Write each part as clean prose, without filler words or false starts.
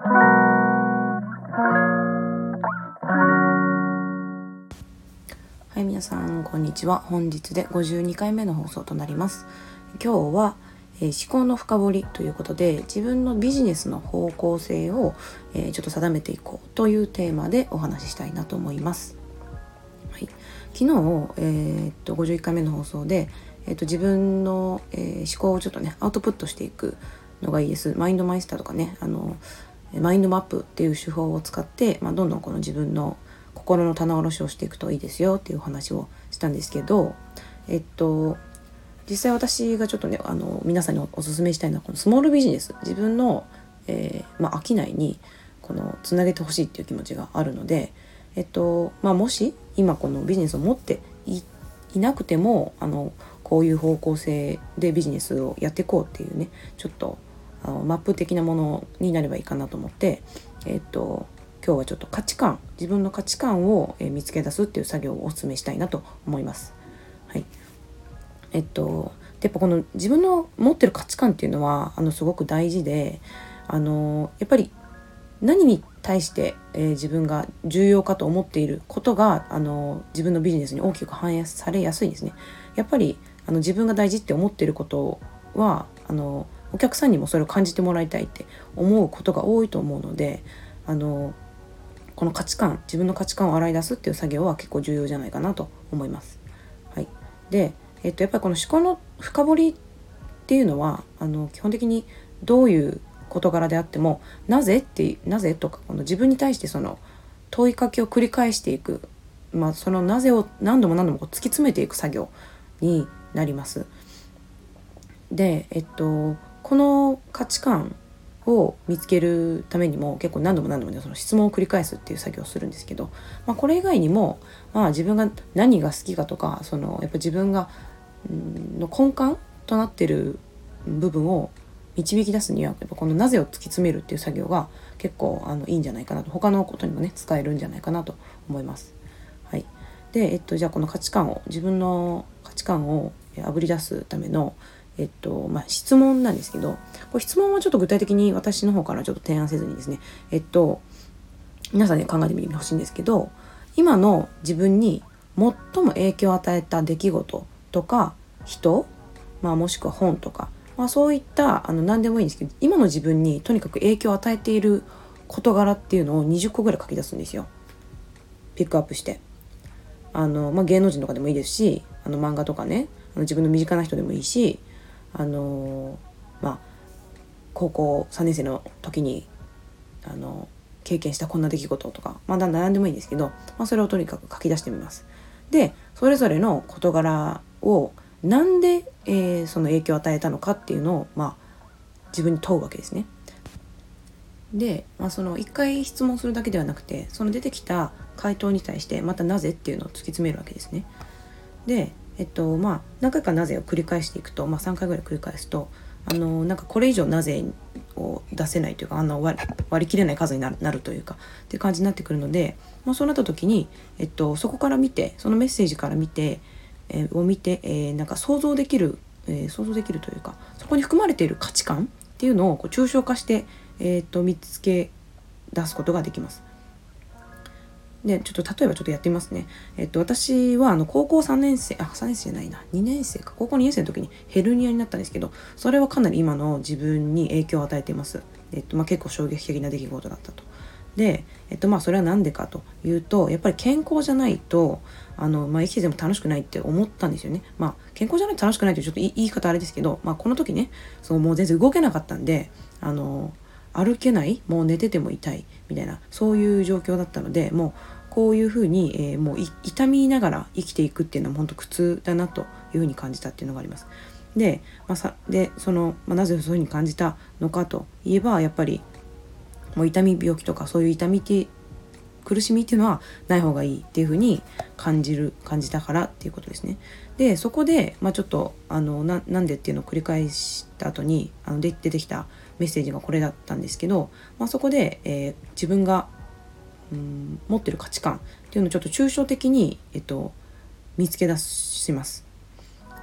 はい、皆さんこんにちは。本日で52回目の放送となります。今日は、思考の深掘りということで、自分のビジネスの方向性を、ちょっと定めていこうというテーマでお話ししたいなと思います。はい、昨日、51回目の放送で、自分の、思考をちょっとねアウトプットしていくのがいいです。マインドマイスターとかね、マインドマップっていう手法を使って、どんどんこの自分の心の棚卸しをしていくといいですよっていう話をしたんですけど、実際私がちょっとね皆さんにお勧めしたいのはこのスモールビジネス、自分の、商いにこのつなげてほしいっていう気持ちがあるので、もし今このビジネスを持っていなくてもこういう方向性でビジネスをやっていこうっていうね、ちょっとマップ的なものになればいいかなと思って、今日はちょっと自分の価値観を見つけ出すっていう作業をお勧めしたいなと思います。はい。やっぱこの自分の持ってる価値観っていうのはすごく大事で、やっぱり何に対して、自分が重要かと思っていることが自分のビジネスに大きく反映されやすいんですね。やっぱり自分が大事って思っていることはお客さんにもそれを感じてもらいたいって思うことが多いと思うので、この自分の価値観を洗い出すっていう作業は結構重要じゃないかなと思います。はい。で、やっぱりこの思考の深掘りっていうのは基本的にどういう事柄であってもなぜとかこの自分に対してその問いかけを繰り返していく、そのなぜを何度もこう突き詰めていく作業になります。で、この価値観を見つけるためにも結構何度もねその質問を繰り返すっていう作業をするんですけど、これ以外にも自分が何が好きかとかやっぱ自分がの根幹となっている部分を導き出すにはやっぱこのなぜを突き詰めるっていう作業が結構いいんじゃないかなと、他のことにもね使えるんじゃないかなと思います。はい。で、じゃあこの自分の価値観をあぶり出すための質問なんですけど、これ質問はちょっと具体的に私の方からちょっと提案せずにですね、皆さんに考えてみてほしいんですけど、今の自分に最も影響を与えた出来事とか人、もしくは本とか、そういった何でもいいんですけど、今の自分にとにかく影響を与えている事柄っていうのを20個ぐらい書き出すんですよ。ピックアップして芸能人とかでもいいですし、漫画とかね、自分の身近な人でもいいし、高校3年生の時に経験したこんな出来事とか、何でもいいんですけど、それをとにかく書き出してみます。で、それぞれの事柄をなんで、その影響を与えたのかっていうのを、自分に問うわけですね。で、その一回質問するだけではなくて、その出てきた回答に対してまたなぜっていうのを突き詰めるわけですね。で、何回かなぜを繰り返していくと、3回ぐらい繰り返すとこれ以上なぜを出せないというか割り切れない数になるというかっていう感じになってくるので、そうなった時に、そこから見て、そのメッセージから見て、想像できるというか、そこに含まれている価値観っていうのを抽象化して、見つけ出すことができます。で、ちょっと例えばちょっとやってみますね。私は高校3年生じゃないな2年生か高校2年生の時にヘルニアになったんですけど、それはかなり今の自分に影響を与えています。結構衝撃的な出来事だったと。で、それは何でかというと、やっぱり健康じゃないと生きてても楽しくないって思ったんですよね。健康じゃないと楽しくないというちょっと言い方あれですけど、この時ね、もう全然動けなかったんで歩けない、もう寝てても痛いみたいな、そういう状況だったので、もうこういうふうに、もう痛みながら生きていくっていうのは本当苦痛だなというふうに感じたっていうのがあります。で、なぜそういうふうに感じたのかといえば、やっぱりもう病気とかそういう苦しみっていうのはない方がいいっていうふうに感じたからっていうことですね。で、そこでちょっとなんでっていうのを繰り返した後に出てきたメッセージがこれだったんですけど、そこで、自分が持ってる価値観っていうのをちょっと抽象的に、見つけ出します。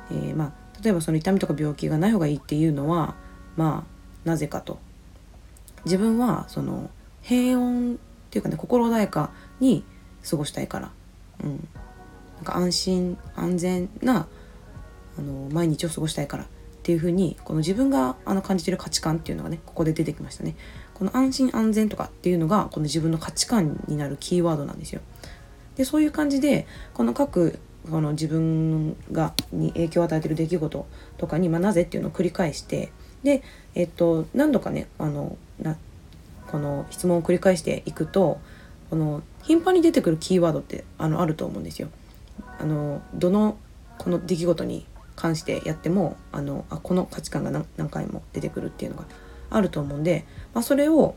例えばその痛みとか病気がない方がいいっていうのはなぜかと。 自分はその平穏っていうかね、心穏やかに過ごしたいから、なんか安心安全な毎日を過ごしたいからっていう風に、この自分が感じている価値観っていうのがね、ここで出てきましたね。この安心安全とかっていうのがこの自分の価値観になるキーワードなんですよ。でそういう感じでこの自分に影響を与えている出来事とかに、なぜっていうのを繰り返して、で何度かねこの質問を繰り返していくと、この頻繁に出てくるキーワードってあると思うんですよ。この出来事に関してやってもこの価値観が何回も出てくるっていうのがあると思うんで、それを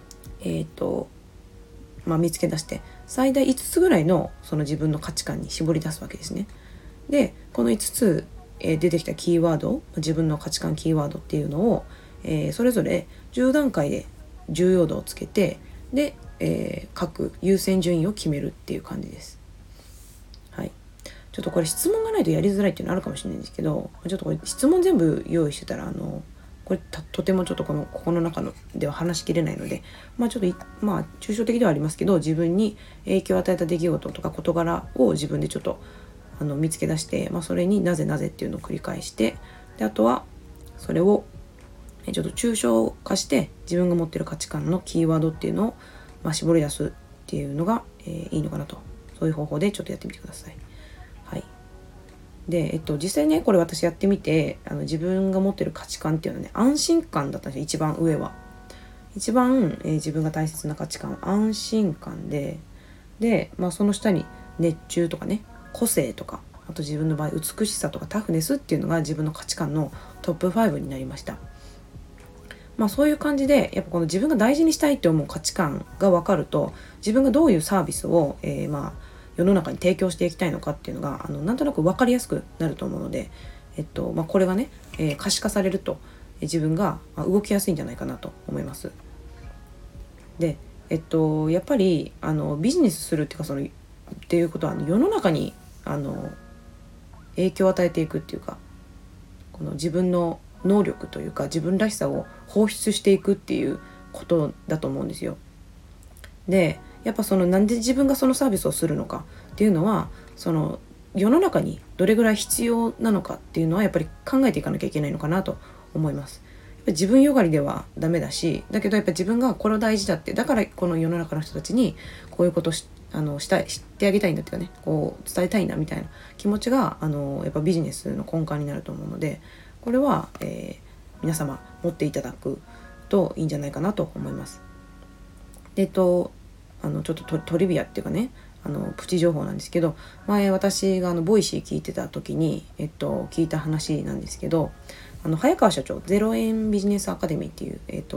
見つけ出して最大5つぐらいのその自分の価値観に絞り出すわけですね。でこの5つ、出てきたキーワード、自分の価値観キーワードっていうのを、それぞれ10段階で重要度をつけて、で、各優先順位を決めるっていう感じです。はい。ちょっとこれ質問がないとやりづらいっていうのあるかもしれないんですけど、ちょっとこれ質問全部用意してたらこれとてもちょっとここの中では話しきれないので、ちょっと抽象的ではありますけど、自分に影響を与えた出来事とか事柄を自分でちょっと見つけ出して、それになぜっていうのを繰り返して、であとはそれをちょっと抽象化して自分が持っている価値観のキーワードっていうのを、絞り出すっていうのが、いいのかなと。そういう方法でちょっとやってみてください。はい。で、実際ねこれ私やってみて自分が持っている価値観っていうのはね、安心感だったんですよ。一番上は一番、自分が大切な価値観は安心感で、その下に熱中とかね、個性とか、あと自分の場合美しさとかタフネスっていうのが自分の価値観のトップ5になりました。そういう感じでやっぱこの自分が大事にしたいって思う価値観が分かると、自分がどういうサービスを、世の中に提供していきたいのかっていうのがなんとなく分かりやすくなると思うので、これがね、可視化されると自分が動きやすいんじゃないかなと思います。で、やっぱりビジネスするっていうかっていうことは世の中に影響を与えていくっていうか、この自分の能力というか自分らしさを放出していくっていうことだと思うんですよ。でやっぱなんで自分がそのサービスをするのかっていうのは、世の中にどれぐらい必要なのかっていうのはやっぱり考えていかなきゃいけないのかなと思います。やっぱ自分よがりではダメだし、だけどやっぱ自分がこれを大事だって、だからこの世の中の人たちにこういうことを知ってあげたいんだっていうかね、こう伝えたいなみたいな気持ちがやっぱビジネスの根幹になると思うので、これは、皆様持っていただくといいんじゃないかなと思います。でちょっとトリビアっていうかね、プチ情報なんですけど、前私がボイシー聞いてた時に、聞いた話なんですけど、早川社長、0円ビジネスアカデミーっていう、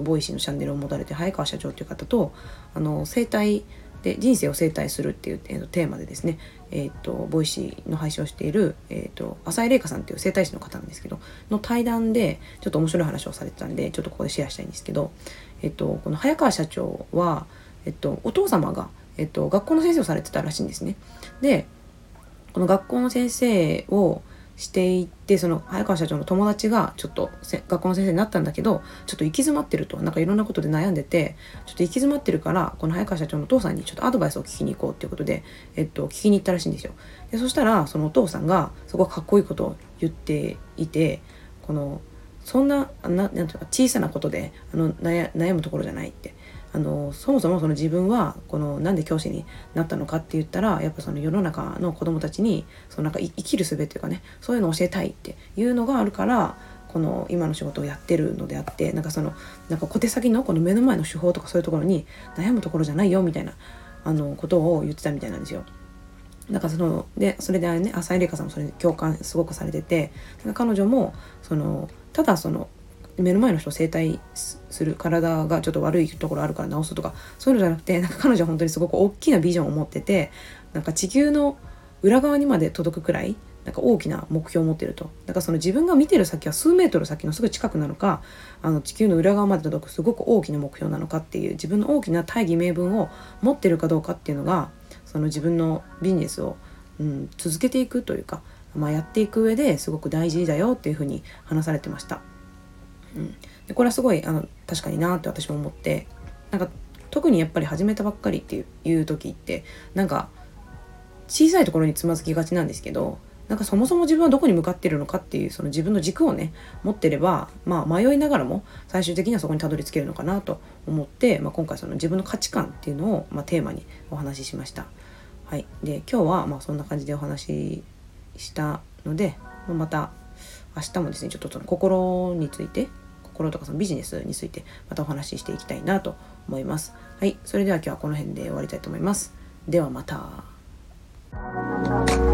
ボイシーのチャンネルを持たれて早川社長っていう方と生態で人生を生態するっていう、テーマでですね、ボイシーの配信をしている、浅井玲香さんっていう生態師の方なんですけどの対談でちょっと面白い話をされてたんで、ちょっとここでシェアしたいんですけど、この早川社長は、お父様が、学校の先生をされてたらしいんですね。でこの学校の先生をしていて、その早川社長の友達がちょっと学校の先生になったんだけど、ちょっと行き詰まってると、なんかいろんなことで悩んでてちょっと行き詰まってるから、この早川社長のお父さんにちょっとアドバイスを聞きに行こうっていうことで、聞きに行ったらしいんですよ。でそしたらそのお父さんがすごくかっこいいことを言っていて、そんななんていうか小さなことで悩むところじゃないって、そもそも自分はなんで教師になったのかって言ったら、やっぱ世の中の子どもたちになんか生きる術っていうかね、そういうのを教えたいっていうのがあるから、今の仕事をやってるのであって、なんか小手先の目の前の手法とかそういうところに悩むところじゃないよみたいなことを言ってたみたいなんですよ。なんかでそれでね、浅井玲香さんもそれに共感すごくされてて、彼女もただ目の前の人を整体する、体がちょっと悪いところあるから治すとかそういうのじゃなくて、なんか彼女は本当にすごく大きなビジョンを持ってて、なんか地球の裏側にまで届くくらいなんか大きな目標を持ってると。だから自分が見てる先は数メートル先のすぐ近くなのか、地球の裏側まで届くすごく大きな目標なのかっていう、自分の大きな大義名分を持ってるかどうかっていうのが自分のビジネスを、続けていくというか、やっていく上ですごく大事だよっていうふうに話されてました。 でこれはすごい確かになって私も思って、なんか特にやっぱり始めたばっかりっていう時ってなんか小さいところにつまずきがちなんですけど、なんかそもそも自分はどこに向かっているのかっていうその自分の軸をね持ってれば、迷いながらも最終的にはそこにたどり着けるのかなと思って、今回その自分の価値観っていうのを、テーマにお話ししました。はい、で今日はそんな感じでお話ししたので、また明日もですねちょっとその心について、心とかそのビジネスについてまたお話ししていきたいなと思います。はい、それでは今日はこの辺で終わりたいと思います。ではまた。